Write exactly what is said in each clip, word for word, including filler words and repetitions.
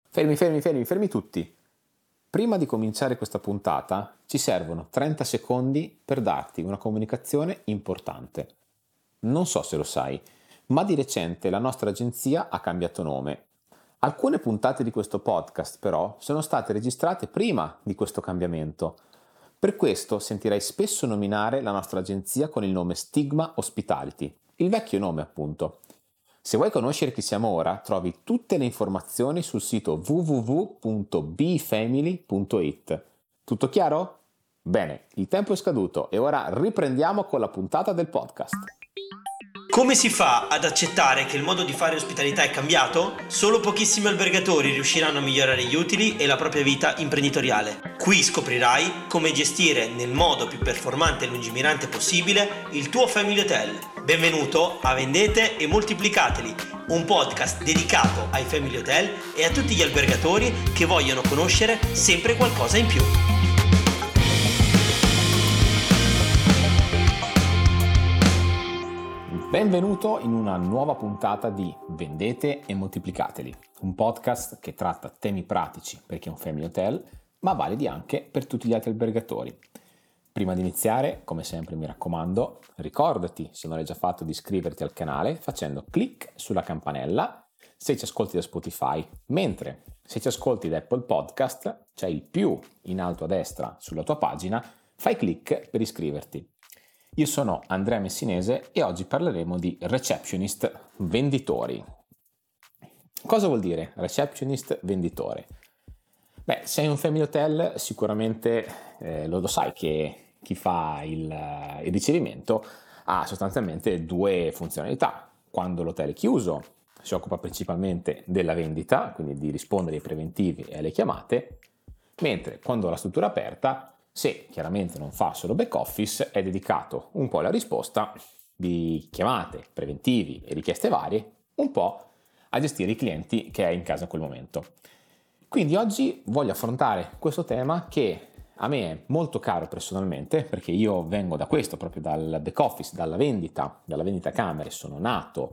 Fermi, fermi, fermi, fermi tutti. Prima di cominciare questa puntata ci servono trenta secondi per darti una comunicazione importante. Non so se lo sai, ma di recente la nostra agenzia ha cambiato nome. Alcune puntate di questo podcast però sono state registrate prima di questo cambiamento. Per questo sentirai spesso nominare la nostra agenzia con il nome Stigma Hospitality, il vecchio nome appunto. Se vuoi conoscere chi siamo ora, trovi tutte le informazioni sul sito w w w punto b family punto i t. Tutto chiaro? Bene, il tempo è scaduto e ora riprendiamo con la puntata del podcast. Come si fa ad accettare che il modo di fare ospitalità è cambiato? Solo pochissimi albergatori riusciranno a migliorare gli utili e la propria vita imprenditoriale. Qui scoprirai come gestire nel modo più performante e lungimirante possibile il tuo Family Hotel. Benvenuto a Vendete e Moltiplicateli, un podcast dedicato ai Family Hotel e a tutti gli albergatori che vogliono conoscere sempre qualcosa in più. Benvenuto in una nuova puntata di Vendete e Moltiplicateli, un podcast che tratta temi pratici per chi è un family hotel, ma validi anche per tutti gli altri albergatori. Prima di iniziare, come sempre mi raccomando, ricordati, se non l'hai già fatto, di iscriverti al canale facendo clic sulla campanella se ci ascolti da Spotify, mentre se ci ascolti da Apple Podcast c'è il più in alto a destra sulla tua pagina, fai clic per iscriverti. Io sono Andrea Messinese e oggi parleremo di receptionist venditori. Cosa vuol dire receptionist venditore? Beh, se hai un family hotel sicuramente eh, lo sai che chi fa il, il ricevimento ha sostanzialmente due funzionalità. Quando l'hotel è chiuso si occupa principalmente della vendita, quindi di rispondere ai preventivi e alle chiamate, mentre quando la struttura è aperta, se chiaramente non fa solo back office, è dedicato un po' alla risposta di chiamate, preventivi e richieste varie, un po' a gestire i clienti che hai in casa a quel momento. Quindi oggi voglio affrontare questo tema che a me è molto caro personalmente, perché io vengo da questo, proprio dal back office, dalla vendita, dalla vendita camere, sono nato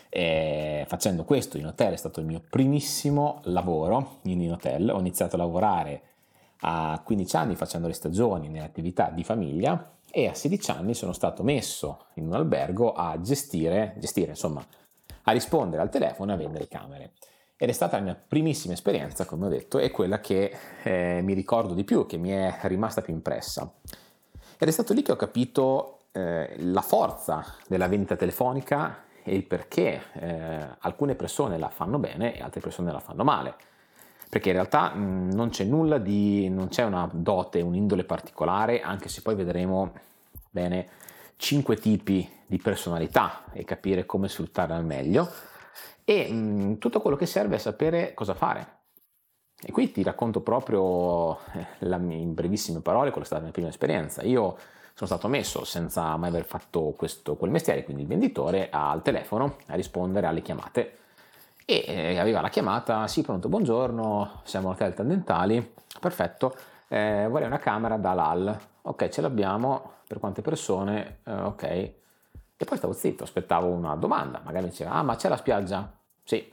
eh, facendo questo in hotel, è stato il mio primissimo lavoro in hotel, ho iniziato a lavorare a quindici anni facendo le stagioni nelle attività di famiglia e a sedici anni sono stato messo in un albergo a gestire, gestire insomma, a rispondere al telefono e a vendere camere. Ed è stata la mia primissima esperienza, come ho detto, e quella che eh, mi ricordo di più, che mi è rimasta più impressa. Ed è stato lì che ho capito eh, la forza della vendita telefonica e il perché eh, alcune persone la fanno bene e altre persone la fanno male. Perché in realtà mh, non c'è nulla di, non c'è una dote, un'indole particolare, anche se poi vedremo bene cinque tipi di personalità e capire come sfruttarla al meglio. E mh, tutto quello che serve è sapere cosa fare. E qui ti racconto proprio eh, la, in brevissime parole quella è stata la mia prima esperienza. Io sono stato messo senza mai aver fatto questo, quel mestiere, quindi il venditore, al telefono a rispondere alle chiamate. E eh, aveva la chiamata, sì pronto, buongiorno, siamo all'hotel Tendentali, perfetto, eh, vorrei una camera da L A L, ok ce l'abbiamo, per quante persone, eh, ok, e poi stavo zitto, aspettavo una domanda, magari mi diceva, ah ma c'è la spiaggia? Sì,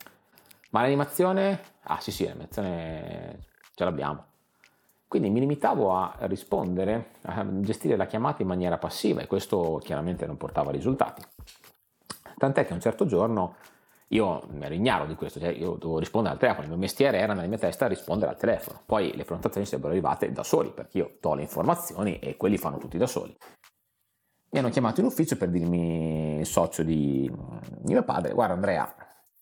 ma l'animazione? Ah sì sì, l'animazione ce l'abbiamo. Quindi mi limitavo a rispondere, a gestire la chiamata in maniera passiva e questo chiaramente non portava risultati. Tant'è che un certo giorno io ero ignaro di questo, cioè io dovevo rispondere al telefono, il mio mestiere era nella mia testa rispondere al telefono, poi le prenotazioni sarebbero arrivate da soli, perché io do le informazioni e quelli fanno tutti da soli. Mi hanno chiamato in ufficio per dirmi il socio di, di mio padre, guarda Andrea,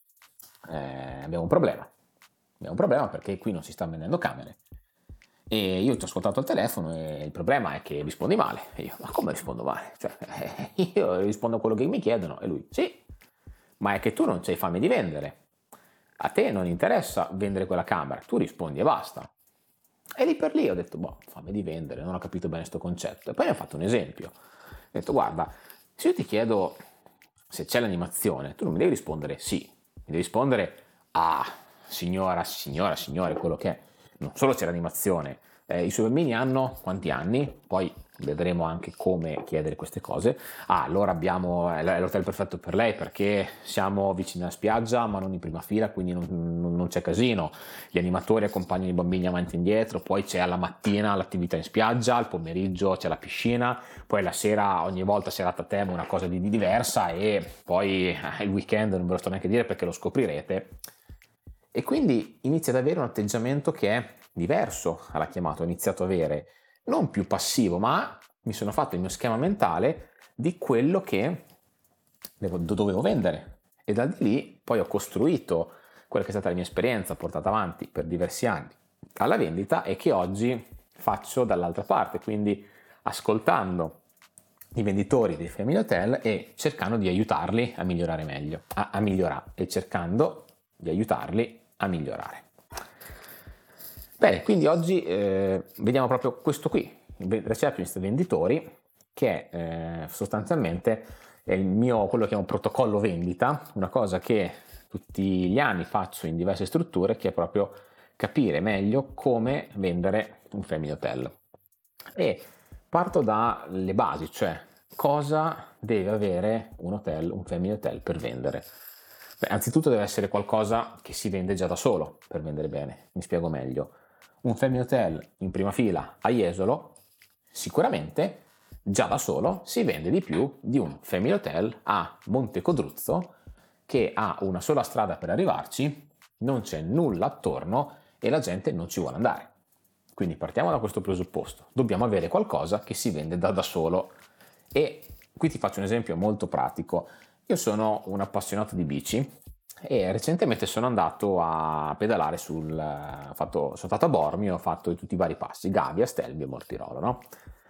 eh, abbiamo un problema, abbiamo un problema perché qui non si stanno vendendo camere. E io ti ho ascoltato al telefono e il problema è che rispondi male. E io, ma come rispondo male? Cioè, eh, io rispondo a quello che mi chiedono e lui, sì. Ma è che tu non c'hai fame di vendere, a te non interessa vendere quella camera, tu rispondi e basta. E lì per lì ho detto, boh, fame di vendere, non ho capito bene questo concetto. E poi mi ha fatto un esempio, ho detto, guarda, se io ti chiedo se c'è l'animazione, tu non mi devi rispondere sì, mi devi rispondere, ah, signora, signora, signore, quello che è. Non solo c'è l'animazione, eh, i suoi bambini hanno quanti anni? Poi vedremo anche come chiedere queste cose. Ah, allora abbiamo è l'hotel perfetto per lei perché siamo vicini alla spiaggia ma non in prima fila, quindi non, non, non c'è casino, gli animatori accompagnano i bambini avanti e indietro, poi c'è alla mattina l'attività in spiaggia, al pomeriggio c'è la piscina, poi la sera ogni volta serata a tema una cosa di, di diversa, e poi eh, il weekend non ve lo sto neanche a dire perché lo scoprirete. E quindi inizia ad avere un atteggiamento che è diverso alla chiamata. Ho iniziato ad avere non più passivo, ma mi sono fatto il mio schema mentale di quello che devo, dovevo vendere, e da di lì poi ho costruito quella che è stata la mia esperienza portata avanti per diversi anni alla vendita e che oggi faccio dall'altra parte, quindi ascoltando i venditori dei Family Hotel e cercando di aiutarli a migliorare meglio, a, a migliorare e cercando di aiutarli a migliorare. Bene, quindi oggi eh, vediamo proprio questo qui, Receptionist Venditori, che eh, sostanzialmente è il mio, quello che è un protocollo vendita, una cosa che tutti gli anni faccio in diverse strutture, che è proprio capire meglio come vendere un Family Hotel. E parto dalle basi, cioè cosa deve avere un hotel, un Family Hotel per vendere. Beh, anzitutto deve essere qualcosa che si vende già da solo per vendere bene. Mi spiego meglio. Un Family Hotel in prima fila a Jesolo sicuramente già da solo si vende di più di un Family Hotel a Montecodruzzo che ha una sola strada per arrivarci, non c'è nulla attorno e la gente non ci vuole andare. Quindi partiamo da questo presupposto. Dobbiamo avere qualcosa che si vende da, da solo. E qui ti faccio un esempio molto pratico. Io sono un appassionato di bici e recentemente sono andato a pedalare sul... Ho fatto, sono stato a Bormio, ho fatto tutti i vari passi, Gavia, Stelvio e Mortirolo, no?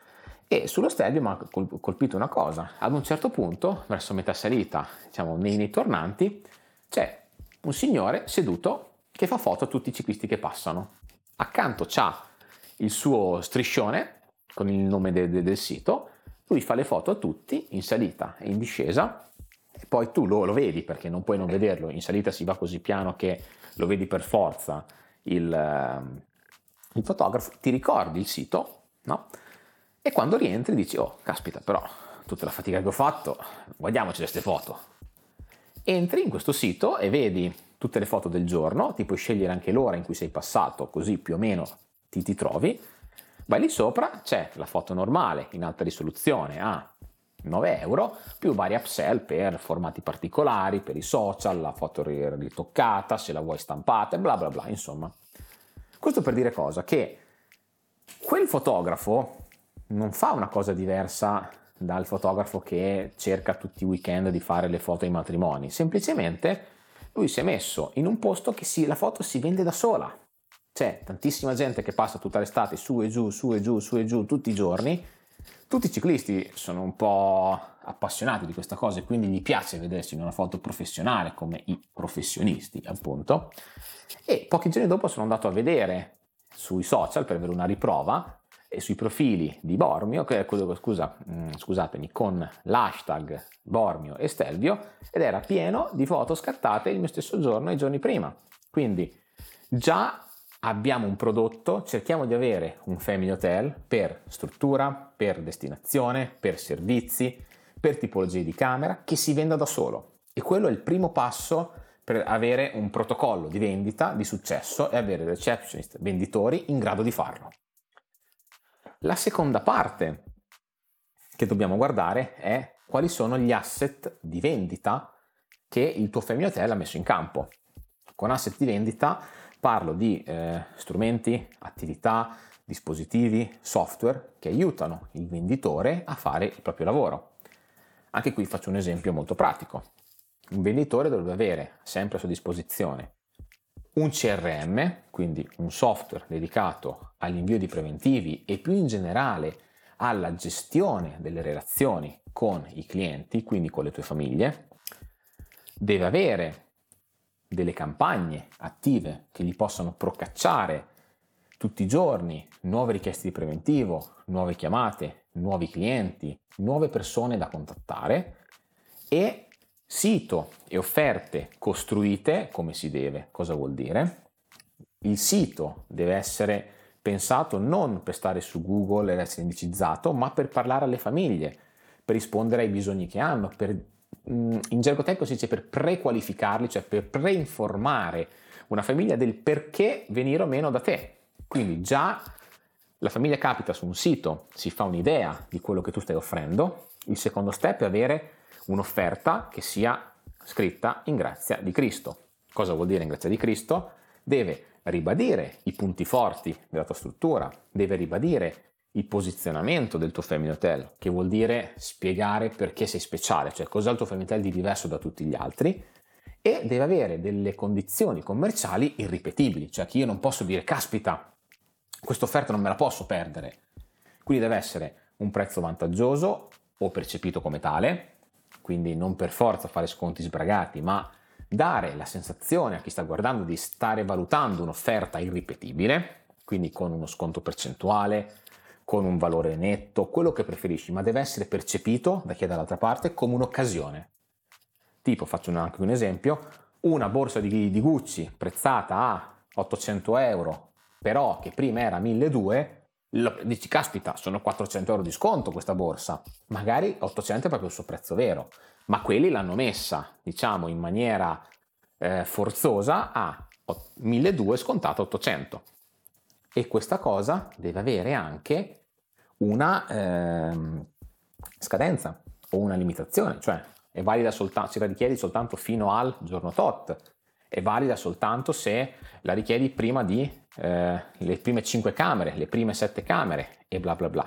E sullo Stelvio mi ha colpito una cosa. Ad un certo punto, verso metà salita, diciamo nei, nei tornanti, c'è un signore seduto che fa foto a tutti i ciclisti che passano. Accanto c'ha il suo striscione con il nome de, de, del sito, lui fa le foto a tutti in salita e in discesa. E poi tu lo, lo vedi, perché non puoi non vederlo, in salita si va così piano che lo vedi per forza il, il fotografo, ti ricordi il sito, no? E quando rientri dici, oh caspita, però tutta la fatica che ho fatto, guardiamoci queste foto. Entri in questo sito e vedi tutte le foto del giorno, ti puoi scegliere anche l'ora in cui sei passato, così più o meno ti, ti trovi. Vai lì sopra, c'è la foto normale in alta risoluzione a nove euro, più vari upsell per formati particolari, per i social, la foto ritoccata, se la vuoi stampata, bla bla bla, insomma. Questo per dire cosa? Che quel fotografo non fa una cosa diversa dal fotografo che cerca tutti i weekend di fare le foto ai matrimoni, semplicemente lui si è messo in un posto che si, la foto si vende da sola. C'è tantissima gente che passa tutta l'estate su e giù, su e giù, su e giù tutti i giorni. Tutti i ciclisti sono un po' appassionati di questa cosa e quindi gli piace vedersi in una foto professionale come i professionisti, appunto. E pochi giorni dopo sono andato a vedere sui social per avere una riprova e sui profili di Bormio, che, scusa, scusatemi, con l'hashtag Bormio e Stelvio, ed era pieno di foto scattate il mio stesso giorno e i giorni prima. Quindi già abbiamo un prodotto, cerchiamo di avere un Family Hotel per struttura, per destinazione, per servizi, per tipologie di camera, che si venda da solo. E quello è il primo passo per avere un protocollo di vendita di successo e avere receptionist, venditori in grado di farlo. La seconda parte che dobbiamo guardare è quali sono gli asset di vendita che il tuo Family Hotel ha messo in campo. Con asset di vendita parlo di eh, strumenti, attività, dispositivi, software che aiutano il venditore a fare il proprio lavoro. Anche qui faccio un esempio molto pratico. Un venditore dovrebbe avere sempre a sua disposizione un C R M, quindi un software dedicato all'invio di preventivi e più in generale alla gestione delle relazioni con i clienti, quindi con le tue famiglie. Deve avere delle campagne attive che gli possano procacciare tutti i giorni nuove richieste di preventivo, nuove chiamate, nuovi clienti, nuove persone da contattare e sito e offerte costruite come si deve. Cosa vuol dire? Il sito deve essere pensato non per stare su Google ed essere indicizzato, ma per parlare alle famiglie, per rispondere ai bisogni che hanno, per, in gergo tecnico si dice per prequalificarli, cioè per preinformare una famiglia del perché venire o meno da te. Quindi già la famiglia capita su un sito, si fa un'idea di quello che tu stai offrendo. Il secondo step è avere un'offerta che sia scritta in grazia di Cristo. Cosa vuol dire in grazia di Cristo? Deve ribadire i punti forti della tua struttura, deve ribadire il posizionamento del tuo Family Hotel, che vuol dire spiegare perché sei speciale, cioè cos'è il tuo Family Hotel di diverso da tutti gli altri, e deve avere delle condizioni commerciali irripetibili, cioè che io non posso dire caspita, questa offerta non me la posso perdere. Quindi deve essere un prezzo vantaggioso o percepito come tale, quindi non per forza fare sconti sbragati, ma dare la sensazione a chi sta guardando di stare valutando un'offerta irripetibile, quindi con uno sconto percentuale, con un valore netto, quello che preferisci, ma deve essere percepito da chi è dall'altra parte come un'occasione. Tipo, faccio anche un esempio, una borsa di, di Gucci prezzata a ottocento euro, però che prima era milleduecento, dici caspita, sono quattrocento euro di sconto questa borsa, magari ottocento è proprio il suo prezzo vero, ma quelli l'hanno messa, diciamo, in maniera eh, forzosa a milleduecento scontato ottocento. E questa cosa deve avere anche una eh, scadenza o una limitazione, cioè è valida soltanto, se la richiedi soltanto fino al giorno tot, è valida soltanto se la richiedi prima di eh, le prime cinque camere, le prime sette camere e bla bla bla.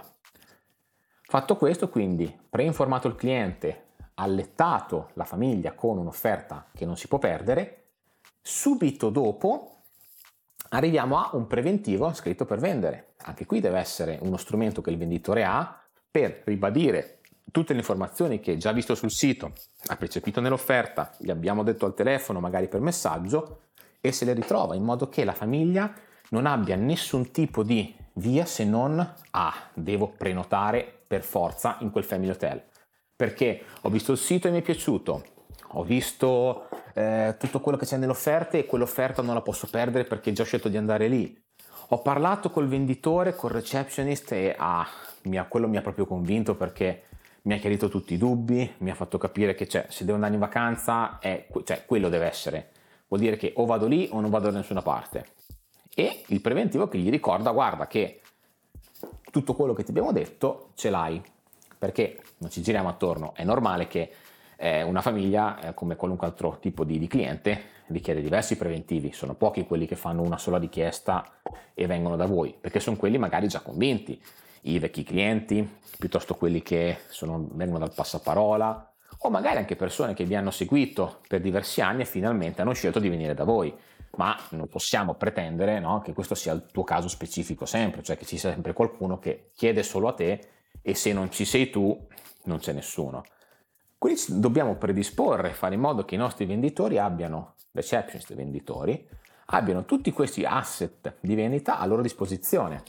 Fatto questo, quindi preinformato il cliente, allettato la famiglia con un'offerta che non si può perdere, subito dopo arriviamo a un preventivo scritto per vendere. Anche qui deve essere uno strumento che il venditore ha per ribadire tutte le informazioni che già visto sul sito, ha percepito nell'offerta, gli abbiamo detto al telefono, magari per messaggio, e se le ritrova in modo che la famiglia non abbia nessun tipo di via se non ah, devo prenotare per forza in quel Family Hotel. Perché ho visto il sito e mi è piaciuto, ho visto eh, tutto quello che c'è nell'offerta e quell'offerta non la posso perdere perché già ho scelto di andare lì. Ho parlato col venditore, col receptionist e ah, mi ha, quello mi ha proprio convinto perché mi ha chiarito tutti i dubbi, mi ha fatto capire che cioè, se devo andare in vacanza, è, cioè, quello deve essere. Vuol dire che o vado lì o non vado da nessuna parte. E il preventivo che gli ricorda, guarda che tutto quello che ti abbiamo detto ce l'hai. Perché non ci giriamo attorno, è normale che eh, una famiglia, eh, come qualunque altro tipo di, di cliente, richiede diversi preventivi. Sono pochi quelli che fanno una sola richiesta e vengono da voi, perché sono quelli magari già convinti. I vecchi clienti, piuttosto quelli che sono, vengono dal passaparola, o magari anche persone che vi hanno seguito per diversi anni e finalmente hanno scelto di venire da voi. Ma non possiamo pretendere, no, che questo sia il tuo caso specifico sempre, cioè che ci sia sempre qualcuno che chiede solo a te e se non ci sei tu non c'è nessuno. Quindi dobbiamo predisporre, fare in modo che i nostri venditori abbiano, receptionist e venditori, abbiano tutti questi asset di vendita a loro disposizione.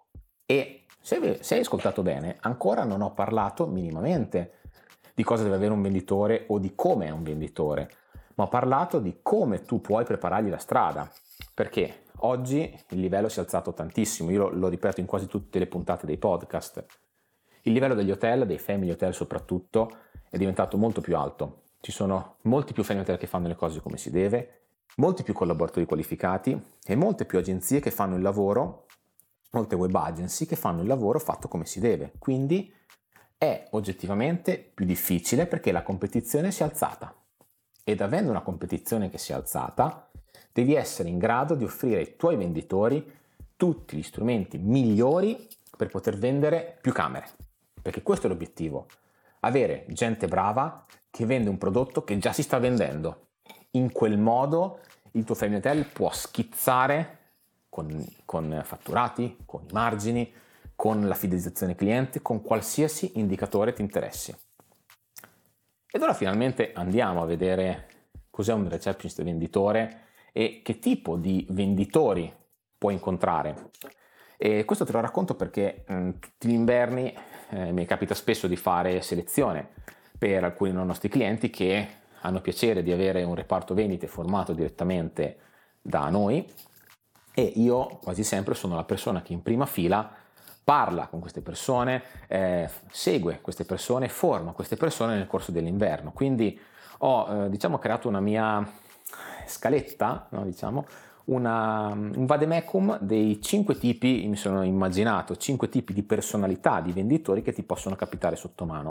E se, se hai ascoltato bene, ancora non ho parlato minimamente di cosa deve avere un venditore o di come è un venditore, ma ho parlato di come tu puoi preparargli la strada, perché oggi il livello si è alzato tantissimo, io lo, lo ripeto in quasi tutte le puntate dei podcast. Il livello degli hotel, dei family hotel soprattutto, è diventato molto più alto. Ci sono molti più family hotel che fanno le cose come si deve, molti più collaboratori qualificati e molte più agenzie che fanno il lavoro, molte web agency che fanno il lavoro fatto come si deve. Quindi è oggettivamente più difficile perché la competizione si è alzata. Ed avendo una competizione che si è alzata, devi essere in grado di offrire ai tuoi venditori tutti gli strumenti migliori per poter vendere più camere. Perché questo è l'obiettivo, avere gente brava che vende un prodotto che già si sta vendendo. In quel modo il tuo Family Hotel può schizzare con, con fatturati, con i margini, con la fidelizzazione cliente, con qualsiasi indicatore ti interessi. Ed ora finalmente andiamo a vedere cos'è un receptionist venditore e che tipo di venditori puoi incontrare. E questo te lo racconto perché mh, tutti gli inverni eh, mi capita spesso di fare selezione per alcuni dei nostri clienti che hanno piacere di avere un reparto vendite formato direttamente da noi e io quasi sempre sono la persona che in prima fila parla con queste persone, eh, segue queste persone, forma queste persone nel corso dell'inverno. Quindi ho eh, diciamo creato una mia scaletta, no, diciamo, una, un vademecum dei cinque tipi, mi sono immaginato, cinque tipi di personalità di venditori che ti possono capitare sotto mano.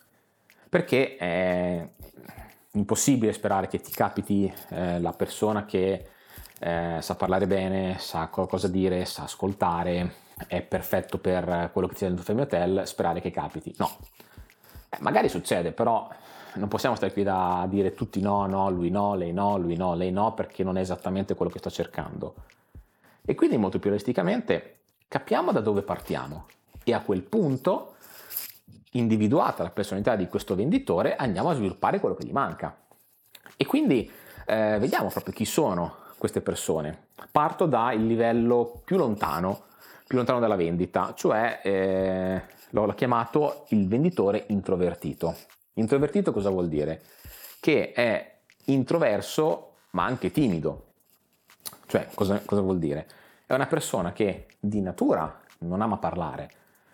Perché è impossibile sperare che ti capiti eh, la persona che eh, sa parlare bene, sa cosa dire, sa ascoltare, è perfetto per quello che c'è nel tuo Family Hotel, sperare che capiti. No, eh, magari succede, però non possiamo stare qui da dire tutti no, no, lui no, lei no, lui no, lei no, perché non è esattamente quello che sto cercando. E quindi molto più realisticamente capiamo da dove partiamo e a quel punto, individuata la personalità di questo venditore, andiamo a sviluppare quello che gli manca. E quindi eh, vediamo proprio chi sono queste persone. Parto dal livello più lontano, più lontano dalla vendita, cioè eh, l'ho chiamato il venditore introvertito. Introvertito cosa vuol dire? Che è introverso ma anche timido. Cioè cosa, cosa vuol dire? È una persona che di natura non ama parlare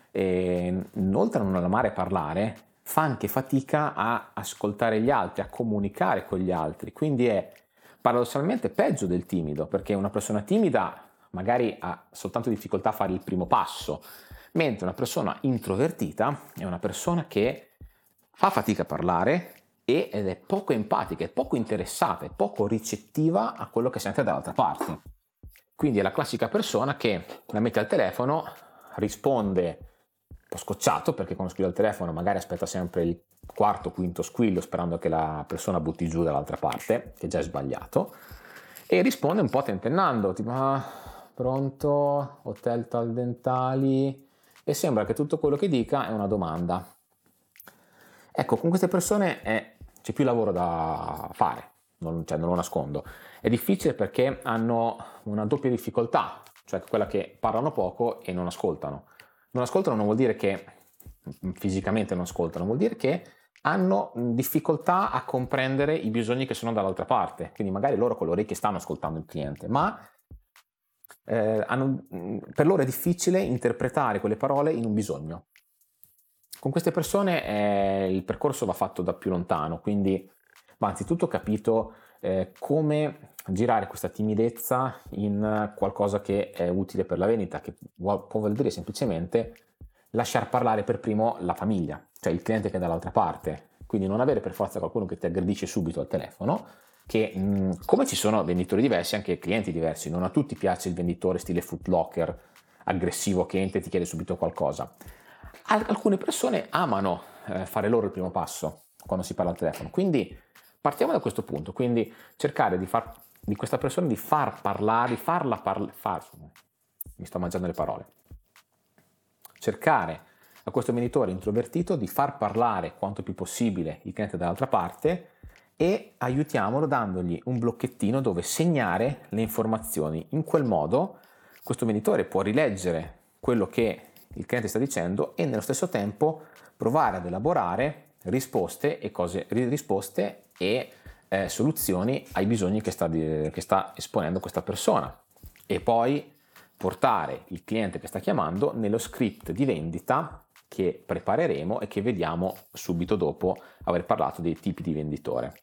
e oltre a non amare parlare fa anche fatica a ascoltare gli altri, a comunicare con gli altri, quindi è paradossalmente peggio del timido, perché una persona timida magari ha soltanto difficoltà a fare il primo passo, mentre una persona introvertita è una persona che fa fatica a parlare ed è poco empatica, è poco interessata, è poco ricettiva a quello che sente dall'altra parte. Quindi è la classica persona che la mette al telefono, risponde un po' scocciato, perché quando squilla il telefono magari aspetta sempre il quarto, quinto squillo sperando che la persona butti giù dall'altra parte, che già è sbagliato, e risponde un po' tentennando, tipo ah, pronto, hotel tal dentali, e sembra che tutto quello che dica è una domanda. Ecco, con queste persone è, c'è più lavoro da fare, non, cioè, non lo nascondo. È difficile perché hanno una doppia difficoltà, cioè quella che parlano poco e non ascoltano. Non ascoltano non vuol dire che fisicamente non ascoltano, vuol dire che hanno difficoltà a comprendere i bisogni che sono dall'altra parte. Quindi magari loro con le orecchie stanno ascoltando il cliente, ma eh, hanno, per loro è difficile interpretare quelle parole in un bisogno. Con queste persone eh, il percorso va fatto da più lontano, quindi va anzitutto capito eh, come girare questa timidezza in qualcosa che è utile per la vendita, che può voler dire semplicemente lasciar parlare per primo la famiglia, cioè il cliente che è dall'altra parte, quindi non avere per forza qualcuno che ti aggredisce subito al telefono, che mh, come ci sono venditori diversi, anche clienti diversi, non a tutti piace il venditore stile Foot Locker, aggressivo, che entra e ti chiede subito qualcosa. Alcune persone amano eh, fare loro il primo passo quando si parla al telefono, quindi partiamo da questo punto, quindi cercare di far di questa persona di far parlare, di farla parlare, far, mi sto mangiando le parole, cercare a questo venditore introvertito di far parlare quanto più possibile il cliente dall'altra parte e aiutiamolo dandogli un blocchettino dove segnare le informazioni. In quel modo questo venditore può rileggere quello che il cliente sta dicendo e nello stesso tempo provare ad elaborare risposte e cose, risposte e eh, soluzioni ai bisogni che sta, di, che sta esponendo questa persona, e poi portare il cliente che sta chiamando nello script di vendita che prepareremo e che vediamo subito dopo aver parlato dei tipi di venditore.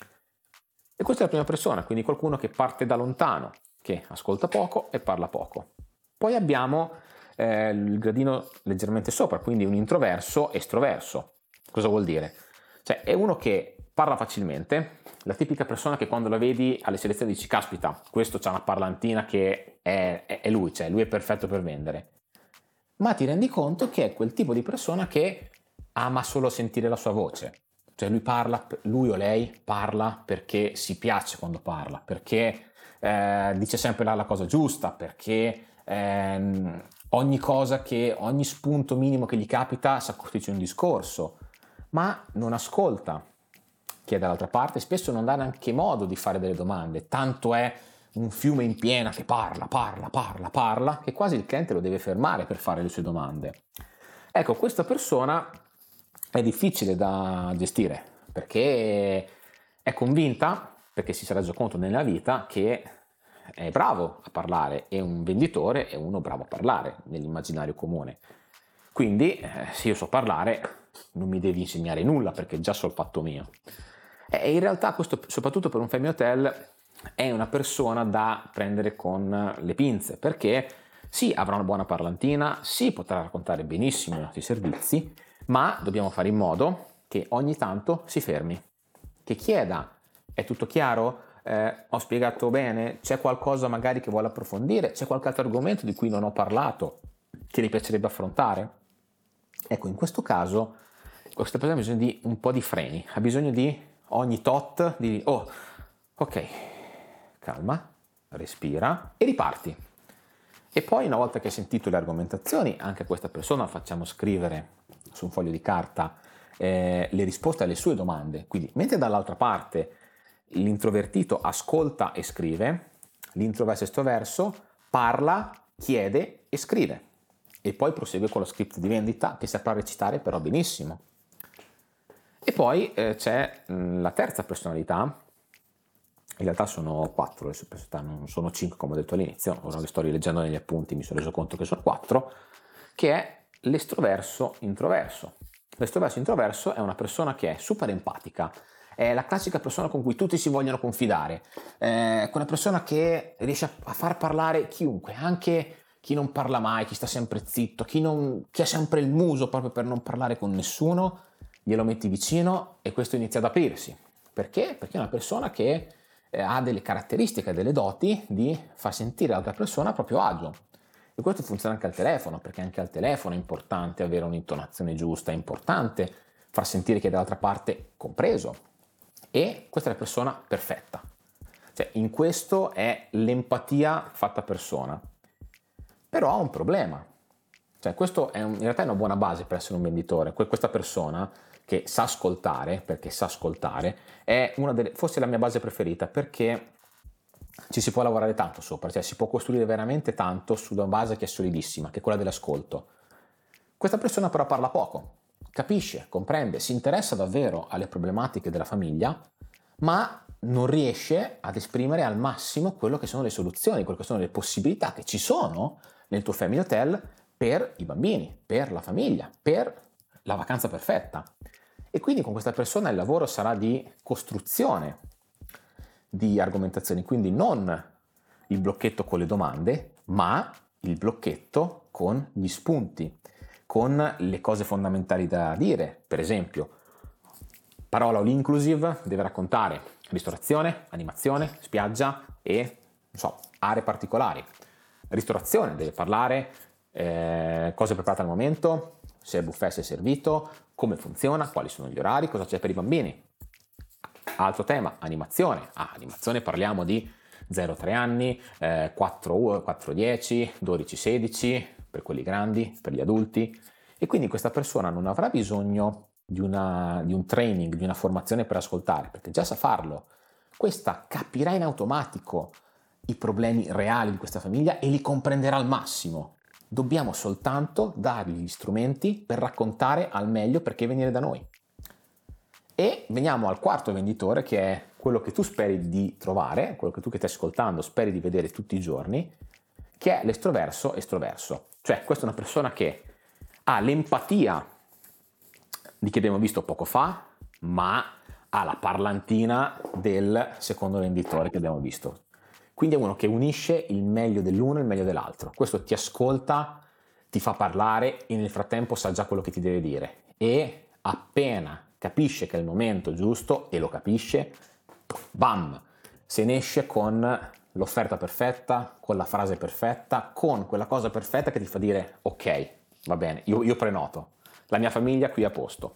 E questa è la prima persona, quindi qualcuno che parte da lontano, che ascolta poco e parla poco. Poi abbiamo eh, il gradino leggermente sopra, quindi un introverso estroverso. Cosa vuol dire? Cioè è uno che parla facilmente, la tipica persona che quando la vedi alle selezioni dici caspita, questo c'ha una parlantina che è, è, è lui, cioè lui è perfetto per vendere. Ma ti rendi conto che è quel tipo di persona che ama solo sentire la sua voce. Cioè lui parla, lui o lei parla perché si piace quando parla, perché eh, dice sempre la, la cosa giusta, perché eh, ogni cosa che, ogni spunto minimo che gli capita si costruisce un discorso, ma non ascolta chi è dall'altra parte, spesso non dà neanche modo di fare delle domande, tanto è un fiume in piena che parla, parla, parla, parla, che quasi il cliente lo deve fermare per fare le sue domande. Ecco, questa persona è difficile da gestire perché è convinta, perché si è reso conto nella vita, che è bravo a parlare e un venditore è uno bravo a parlare nell'immaginario comune. Quindi eh, se io so parlare non mi devi insegnare nulla perché già so il fatto mio. E in realtà questo, soprattutto per un Family Hotel, è una persona da prendere con le pinze, perché sì, avrà una buona parlantina, sì, potrà raccontare benissimo i nostri servizi, ma dobbiamo fare in modo che ogni tanto si fermi, che chieda: è tutto chiaro? Eh, ho spiegato bene? C'è qualcosa magari che vuole approfondire? C'è qualche altro argomento di cui non ho parlato che gli piacerebbe affrontare? Ecco, in questo caso questa persona ha bisogno di un po' di freni, ha bisogno di ogni tot di oh, ok, calma, respira e riparti. E poi, una volta che hai sentito le argomentazioni, anche a questa persona facciamo scrivere su un foglio di carta eh, le risposte alle sue domande. Quindi, mentre dall'altra parte l'introvertito ascolta e scrive, l'introverso estroverso parla, chiede e scrive. E poi prosegue con lo script di vendita che saprà recitare però benissimo. E poi eh, c'è mh, la terza personalità. In realtà sono quattro le sue personalità, non sono cinque come ho detto all'inizio, ora le sto rileggendo negli appunti, mi sono reso conto che sono quattro, che è l'estroverso introverso. L'estroverso introverso è una persona che è super empatica, è la classica persona con cui tutti si vogliono confidare, è quella persona che riesce a far parlare chiunque, anche chi non parla mai, chi sta sempre zitto, chi, non, chi ha sempre il muso proprio per non parlare con nessuno, glielo metti vicino e questo inizia ad aprirsi. Perché? Perché è una persona che eh, ha delle caratteristiche, delle doti di far sentire l'altra persona a proprio agio. E questo funziona anche al telefono, perché anche al telefono è importante avere un'intonazione giusta, è importante far sentire che è dall'altra parte compreso. E questa è la persona perfetta. Cioè, in questo è l'empatia fatta persona. Però ha un problema. Cioè, questo è un, in realtà è una buona base per essere un venditore. Questa persona che sa ascoltare, perché sa ascoltare, è una delle, forse la mia base preferita, perché ci si può lavorare tanto sopra, cioè si può costruire veramente tanto su una base che è solidissima, che è quella dell'ascolto. Questa persona però parla poco, capisce, comprende, si interessa davvero alle problematiche della famiglia, ma non riesce ad esprimere al massimo quello che sono le soluzioni, quelle che sono le possibilità che ci sono nel tuo Family Hotel per i bambini, per la famiglia, per la vacanza perfetta. E quindi con questa persona il lavoro sarà di costruzione di argomentazioni, quindi non il blocchetto con le domande, ma il blocchetto con gli spunti, con le cose fondamentali da dire. Per esempio, parola all inclusive deve raccontare ristorazione, animazione, spiaggia e, non so, aree particolari. Ristorazione deve parlare eh, cose preparate al momento, se il buffet si è servito, come funziona, quali sono gli orari, cosa c'è per i bambini. Altro tema, animazione. Ah, animazione parliamo di zero tre anni, eh, quattro dieci, dodici sedici, per quelli grandi, per gli adulti. E quindi questa persona non avrà bisogno di, una, di un training, di una formazione per ascoltare, perché già sa farlo. Questa capirà in automatico i problemi reali di questa famiglia e li comprenderà al massimo. Dobbiamo soltanto dargli gli strumenti per raccontare al meglio perché venire da noi. E veniamo al quarto venditore, che è quello che tu speri di trovare, quello che tu che stai ascoltando speri di vedere tutti i giorni, che è l'estroverso estroverso. Cioè, questa è una persona che ha l'empatia di che abbiamo visto poco fa, ma ha la parlantina del secondo venditore che abbiamo visto. Quindi è uno che unisce il meglio dell'uno e il meglio dell'altro. Questo ti ascolta, ti fa parlare e nel frattempo sa già quello che ti deve dire. E appena capisce che è il momento giusto, e lo capisce, bam, se ne esce con l'offerta perfetta, con la frase perfetta, con quella cosa perfetta che ti fa dire ok, va bene, io, io prenoto, la mia famiglia qui a posto.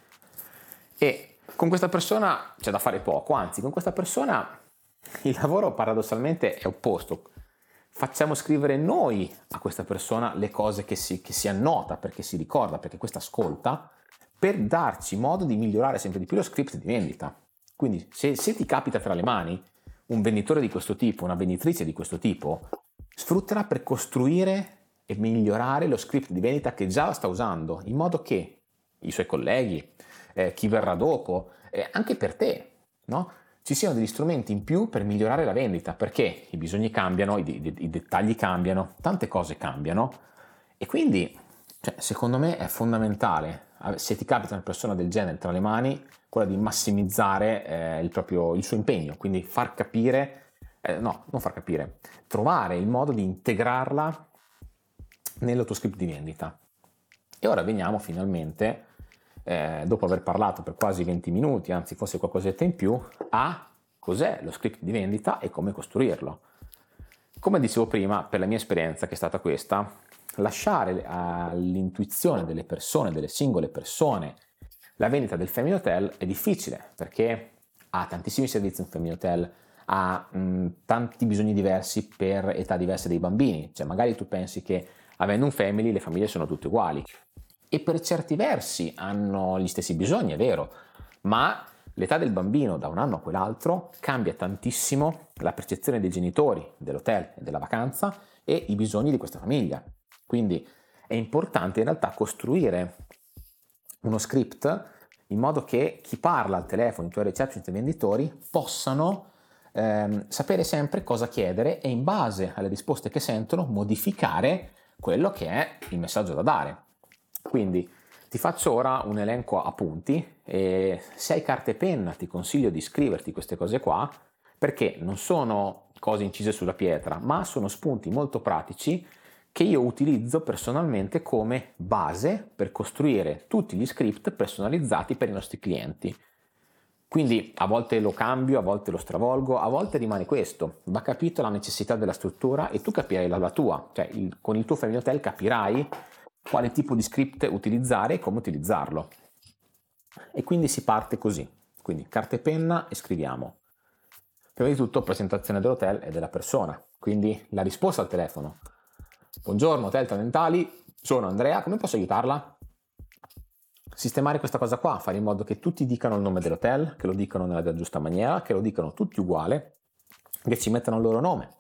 E con questa persona c'è da fare poco, anzi con questa persona il lavoro paradossalmente è opposto. Facciamo scrivere noi a questa persona le cose che si, che si annota, perché si ricorda, perché questa ascolta, per darci modo di migliorare sempre di più lo script di vendita. Quindi se, se ti capita tra le mani un venditore di questo tipo, una venditrice di questo tipo, sfrutterà per costruire e migliorare lo script di vendita che già sta usando, in modo che i suoi colleghi, eh, chi verrà dopo, eh, anche per te, no? ci siano degli strumenti in più per migliorare la vendita, perché i bisogni cambiano, i, i, i dettagli cambiano, tante cose cambiano, e quindi cioè, secondo me è fondamentale, se ti capita una persona del genere tra le mani, quella di massimizzare eh, il proprio il suo impegno, quindi far capire, eh, no, non far capire, trovare il modo di integrarla nel tuo script di vendita. E ora veniamo finalmente, eh, dopo aver parlato per quasi venti minuti, anzi forse qualcosetta in più, a cos'è lo script di vendita e come costruirlo. Come dicevo prima, per la mia esperienza, che è stata questa, lasciare all'intuizione delle persone, delle singole persone, la vendita del Family Hotel è difficile, perché ha tantissimi servizi un Family Hotel, ha mh, tanti bisogni diversi per età diverse dei bambini, cioè magari tu pensi che avendo un family le famiglie sono tutte uguali, e per certi versi hanno gli stessi bisogni, è vero, ma l'età del bambino da un anno a quell'altro cambia tantissimo la percezione dei genitori dell'hotel e della vacanza e i bisogni di questa famiglia. Quindi è importante in realtà costruire uno script in modo che chi parla al telefono, i tuoi receptionist e i venditori, possano ehm, sapere sempre cosa chiedere e in base alle risposte che sentono modificare quello che è il messaggio da dare. Quindi ti faccio ora un elenco a punti e se hai carta e penna ti consiglio di scriverti queste cose qua, perché non sono cose incise sulla pietra, ma sono spunti molto pratici che io utilizzo personalmente come base per costruire tutti gli script personalizzati per i nostri clienti. Quindi a volte lo cambio, a volte lo stravolgo, a volte rimane questo, va capito la necessità della struttura e tu capirai la, la tua, cioè il, con il tuo Family Hotel capirai quale tipo di script utilizzare e come utilizzarlo. E quindi si parte così, quindi carta e penna e scriviamo. Prima di tutto presentazione dell'hotel e della persona, quindi la risposta al telefono. Buongiorno, Hotel Tradentali, sono Andrea, come posso aiutarla? Sistemare questa cosa qua, fare in modo che tutti dicano il nome dell'hotel, che lo dicano nella giusta maniera, che lo dicano tutti uguale, che ci mettano il loro nome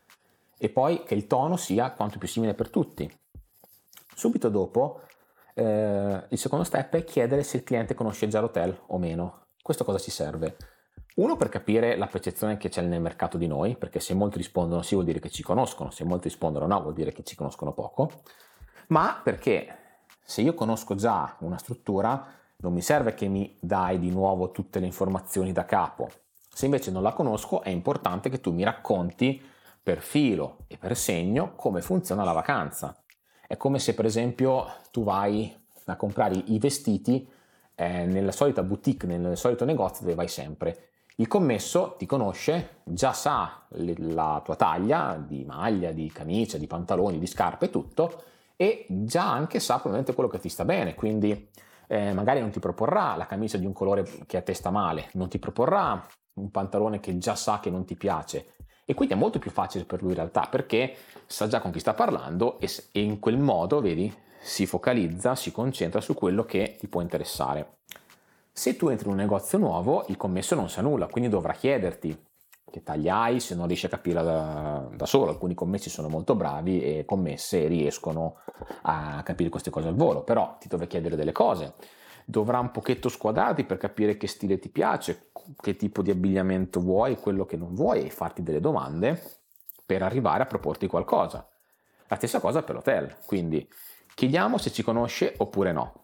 e poi che il tono sia quanto più simile per tutti. Subito dopo eh, il secondo step è chiedere se il cliente conosce già l'hotel o meno. Questo cosa ci serve? Uno, per capire la percezione che c'è nel mercato di noi, perché se molti rispondono sì vuol dire che ci conoscono, se molti rispondono no vuol dire che ci conoscono poco, ma perché se io conosco già una struttura non mi serve che mi dai di nuovo tutte le informazioni da capo. Se invece non la conosco è importante che tu mi racconti per filo e per segno come funziona la vacanza. È come se per esempio tu vai a comprare i vestiti eh, nella solita boutique, nel solito negozio dove vai sempre. Il commesso ti conosce, già sa la tua taglia di maglia, di camicia, di pantaloni, di scarpe e tutto, e già anche sa probabilmente quello che ti sta bene, quindi eh, magari non ti proporrà la camicia di un colore che a te sta male, non ti proporrà un pantalone che già sa che non ti piace, e quindi è molto più facile per lui in realtà, perché sa già con chi sta parlando e, e in quel modo, vedi, si focalizza, si concentra su quello che ti può interessare. Se tu entri in un negozio nuovo, il commesso non sa nulla, quindi dovrà chiederti che taglia hai se non riesci a capirla da, da solo. Alcuni commessi sono molto bravi e commesse riescono a capire queste cose al volo, però ti dovrà chiedere delle cose. Dovrà un pochetto squadrarti per capire che stile ti piace, che tipo di abbigliamento vuoi, quello che non vuoi, e farti delle domande per arrivare a proporti qualcosa. La stessa cosa per l'hotel, quindi chiediamo se ci conosce oppure no.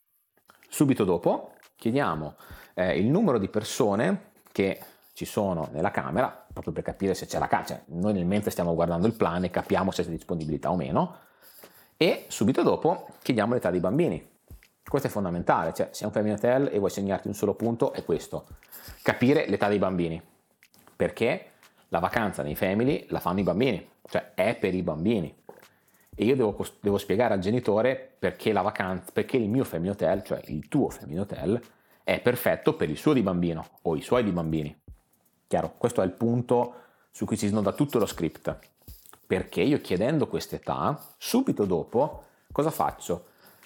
Subito dopo chiediamo eh, il numero di persone che ci sono nella camera, proprio per capire se c'è la camera, cioè, noi nel mentre stiamo guardando il plan e capiamo se c'è disponibilità o meno, e subito dopo chiediamo l'età dei bambini. Questo è fondamentale, cioè se è un Family Hotel e vuoi segnarti un solo punto è questo, capire l'età dei bambini, perché la vacanza nei family la fanno i bambini, cioè è per i bambini. E io devo, devo spiegare al genitore perché la vacanza, perché il mio Family Hotel, cioè il tuo Family Hotel, è perfetto per il suo di bambino o i suoi di bambini. Chiaro? Questo è il punto su cui si snoda tutto lo script. Perché io chiedendo quest'età, subito dopo, cosa faccio?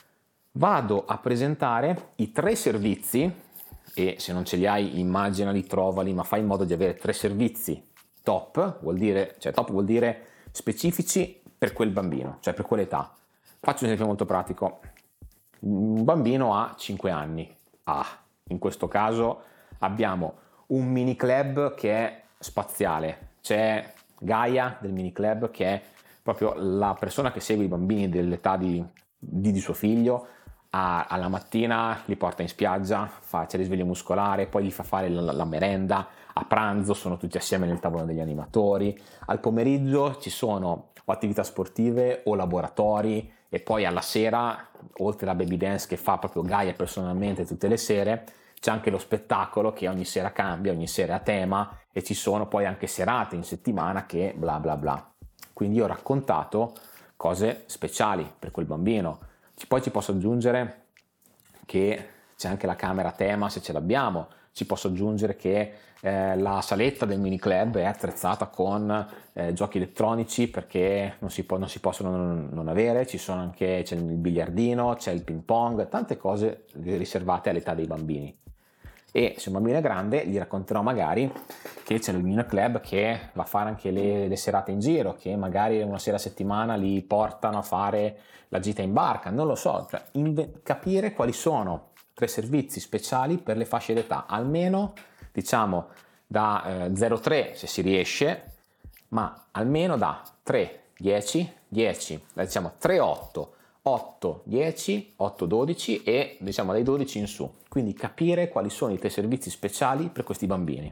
Vado a presentare i tre servizi, e se non ce li hai immaginali, trovali, ma fai in modo di avere tre servizi top, vuol dire, cioè top vuol dire specifici per quel bambino, cioè per quell'età. Faccio un esempio molto pratico. Un bambino ha cinque anni. Ah, in questo caso abbiamo un mini club che è spaziale. C'è Gaia del mini club, che è proprio la persona che segue i bambini dell'età di, di, di suo figlio. A, alla mattina li porta in spiaggia, fa, c'è risveglio muscolare, poi gli fa fare la, la merenda, a pranzo sono tutti assieme nel tavolo degli animatori, al pomeriggio ci sono o attività sportive o laboratori, e poi alla sera, oltre alla baby dance che fa proprio Gaia personalmente tutte le sere, c'è anche lo spettacolo che ogni sera cambia, ogni sera a tema, e ci sono poi anche serate in settimana che bla bla bla. Quindi io ho raccontato cose speciali per quel bambino. Poi ci posso aggiungere che c'è anche la camera a tema se ce l'abbiamo, ci posso aggiungere che eh, la saletta del mini club è attrezzata con eh, giochi elettronici perché non si, può, non si possono non, non avere, ci sono anche, c'è il biliardino, c'è il ping pong, tante cose riservate all'età dei bambini. E se un bambino è grande gli racconterò magari che c'è il mini club che va a fare anche le, le serate in giro, che magari una sera a settimana li portano a fare la gita in barca, non lo so, cioè inve- capire quali sono tre servizi speciali per le fasce d'età, almeno diciamo da eh, zero tre se si riesce, ma almeno da tre dieci, dieci, diciamo tre otto, otto dieci, otto dodici e diciamo dai dodici in su. Quindi capire quali sono i tre servizi speciali per questi bambini.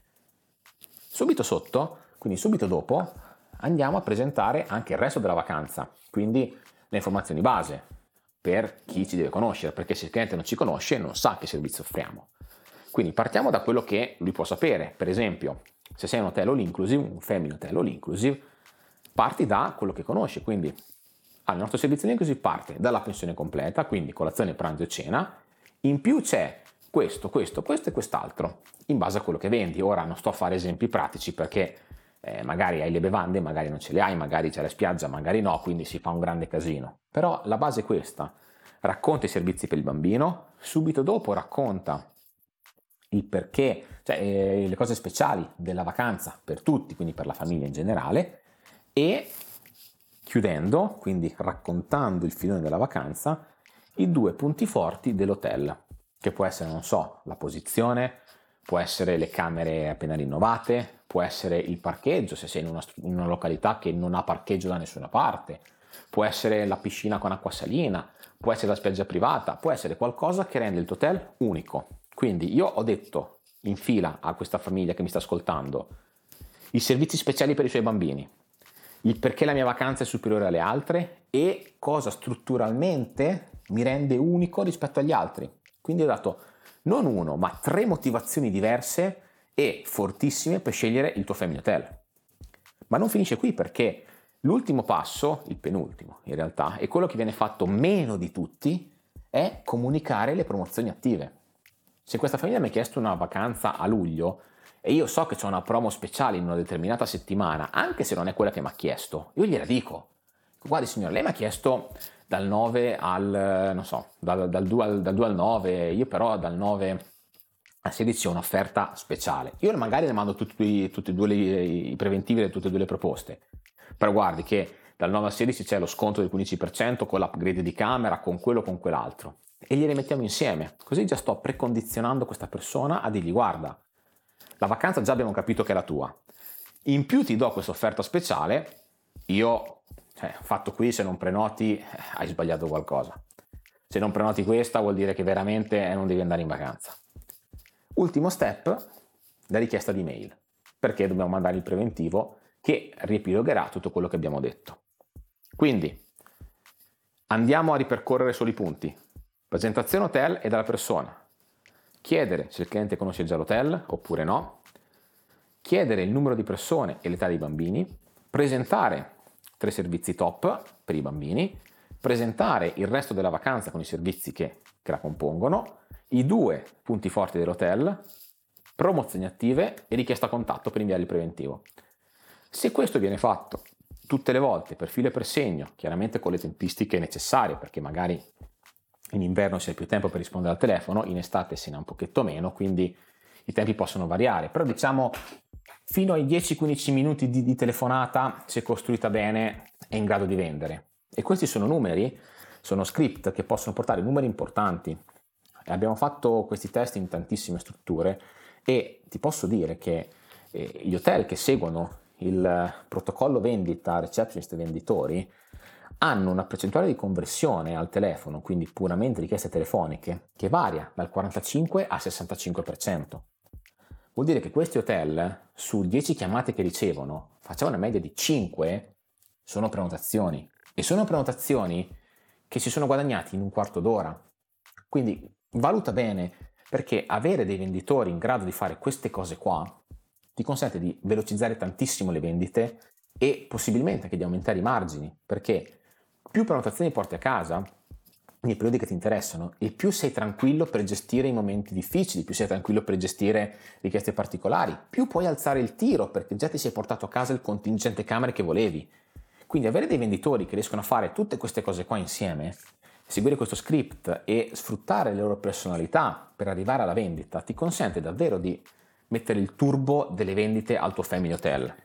Subito sotto, quindi subito dopo, andiamo a presentare anche il resto della vacanza, quindi le informazioni base per chi ci deve conoscere, perché se il cliente non ci conosce non sa che servizio offriamo. Quindi partiamo da quello che lui può sapere. Per esempio, se sei un hotel all inclusive, un family hotel all inclusive, parti da quello che conosci. Quindi ah, il nostro servizio all inclusive parte dalla pensione completa, quindi colazione, pranzo e cena. In più c'è questo, questo, questo e quest'altro, in base a quello che vendi. Ora non sto a fare esempi pratici perché eh, magari hai le bevande, magari non ce le hai, magari c'è la spiaggia, magari no, quindi si fa un grande casino. Però la base è questa: racconta i servizi per il bambino, subito dopo racconta il perché, cioè eh, le cose speciali della vacanza per tutti, quindi per la famiglia in generale, e chiudendo, quindi raccontando il filone della vacanza, i due punti forti dell'hotel, che può essere, non so, la posizione, può essere le camere appena rinnovate, può essere il parcheggio se sei in una, in una località che non ha parcheggio da nessuna parte, può essere la piscina con acqua salina, può essere la spiaggia privata, può essere qualcosa che rende il tuo hotel unico. Quindi io ho detto in fila a questa famiglia che mi sta ascoltando i servizi speciali per i suoi bambini, il perché la mia vacanza è superiore alle altre e cosa strutturalmente mi rende unico rispetto agli altri. Quindi ho dato non uno, ma tre motivazioni diverse e fortissime per scegliere il tuo family hotel. Ma non finisce qui, perché l'ultimo passo, il penultimo in realtà, e quello che viene fatto meno di tutti, è comunicare le promozioni attive. Se questa famiglia mi ha chiesto una vacanza a luglio e io so che c'è una promo speciale in una determinata settimana, anche se non è quella che mi ha chiesto, io gliela dico: guardi signore, lei mi ha chiesto dal nove al, non so, dal, dal, due al, dal due al nove, io però dal nove al sedici ho un'offerta speciale. Io magari le mando tutti, tutti e due le, i preventivi di tutte e due le proposte, però guardi che dal nove al sedici c'è lo sconto del quindici per cento con l'upgrade di camera, con quello o con quell'altro, e gliele mettiamo insieme, così già sto precondizionando questa persona a dirgli: guarda, la vacanza già abbiamo capito che è la tua, in più ti do questa offerta speciale, io... Cioè, fatto qui, se non prenoti eh, hai sbagliato qualcosa. Se non prenoti questa vuol dire che veramente eh, non devi andare in vacanza. Ultimo step, la richiesta di mail, perché dobbiamo mandare il preventivo che riepilogherà tutto quello che abbiamo detto. Quindi andiamo a ripercorrere solo i punti. Presentazione hotel e dalla persona. Chiedere se il cliente conosce già l'hotel oppure no. Chiedere il numero di persone e l'età dei bambini. Presentare tre servizi top per i bambini, presentare il resto della vacanza con i servizi che, che la compongono, i due punti forti dell'hotel, promozioni attive e richiesta contatto per inviare il preventivo. Se questo viene fatto tutte le volte per filo e per segno, chiaramente con le tempistiche necessarie, perché magari in inverno si ha più tempo per rispondere al telefono, in estate se ne ha un pochetto meno, quindi i tempi possono variare, però diciamo fino ai dieci quindici minuti di, di telefonata, se costruita bene, è in grado di vendere. E questi sono numeri, sono script che possono portare numeri importanti. E abbiamo fatto questi test in tantissime strutture E ti posso dire che eh, gli hotel che seguono il protocollo vendita receptionist venditori hanno una percentuale di conversione al telefono, quindi puramente richieste telefoniche, che varia dal quarantacinque al sessantacinque per cento. Vuol dire che questi hotel, su dieci chiamate che ricevono, facciamo una media di cinque, sono prenotazioni. E sono prenotazioni che si sono guadagnati in un quarto d'ora. Quindi valuta bene, perché avere dei venditori in grado di fare queste cose qua ti consente di velocizzare tantissimo le vendite e possibilmente anche di aumentare i margini, perché più prenotazioni porti a casa nei periodi che ti interessano e più sei tranquillo per gestire i momenti difficili, più sei tranquillo per gestire richieste particolari, più puoi alzare il tiro perché già ti sei portato a casa il contingente camere che volevi. Quindi avere dei venditori che riescono a fare tutte queste cose qua insieme, seguire questo script e sfruttare le loro personalità per arrivare alla vendita ti consente davvero di mettere il turbo delle vendite al tuo Family Hotel.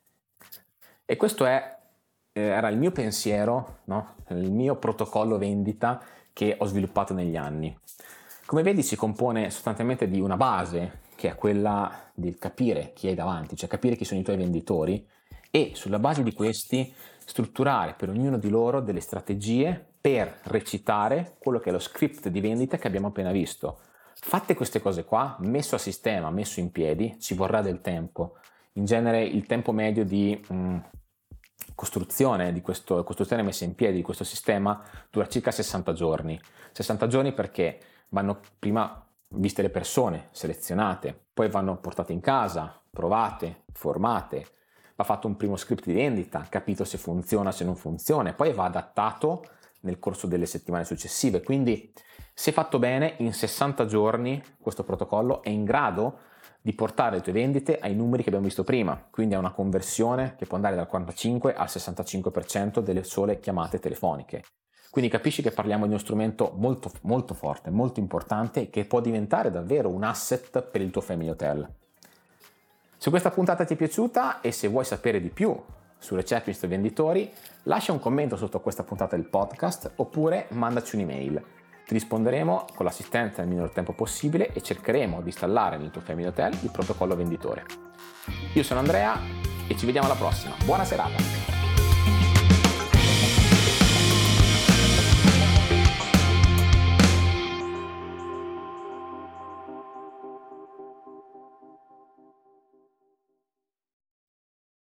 E questo è era il mio pensiero, no? Il mio protocollo vendita che ho sviluppato negli anni. Come vedi si compone sostanzialmente di una base che è quella di capire chi hai davanti, cioè capire chi sono i tuoi venditori e sulla base di questi strutturare per ognuno di loro delle strategie per recitare quello che è lo script di vendita che abbiamo appena visto. Fatte queste cose qua, messo a sistema, messo in piedi, ci vorrà del tempo. In genere il tempo medio di mh, costruzione di questo, costruzione messa in piedi di questo sistema dura circa sessanta giorni. sessanta giorni perché vanno prima viste le persone, selezionate, poi vanno portate in casa, provate, formate, va fatto un primo script di vendita, capito se funziona, se non funziona, poi va adattato nel corso delle settimane successive. Quindi se fatto bene, in sessanta giorni questo protocollo è in grado di portare le tue vendite ai numeri che abbiamo visto prima, quindi a una conversione che può andare dal quarantacinque al sessantacinque per cento delle sole chiamate telefoniche. Quindi capisci che parliamo di uno strumento molto, molto forte, molto importante, che può diventare davvero un asset per il tuo Family Hotel. Se questa puntata ti è piaciuta e se vuoi sapere di più su receptionist e venditori, lascia un commento sotto questa puntata del podcast oppure mandaci un'email. Ti risponderemo con l'assistenza nel minor tempo possibile e cercheremo di installare nel tuo Family Hotel il protocollo venditore. Io sono Andrea e ci vediamo alla prossima. Buona serata!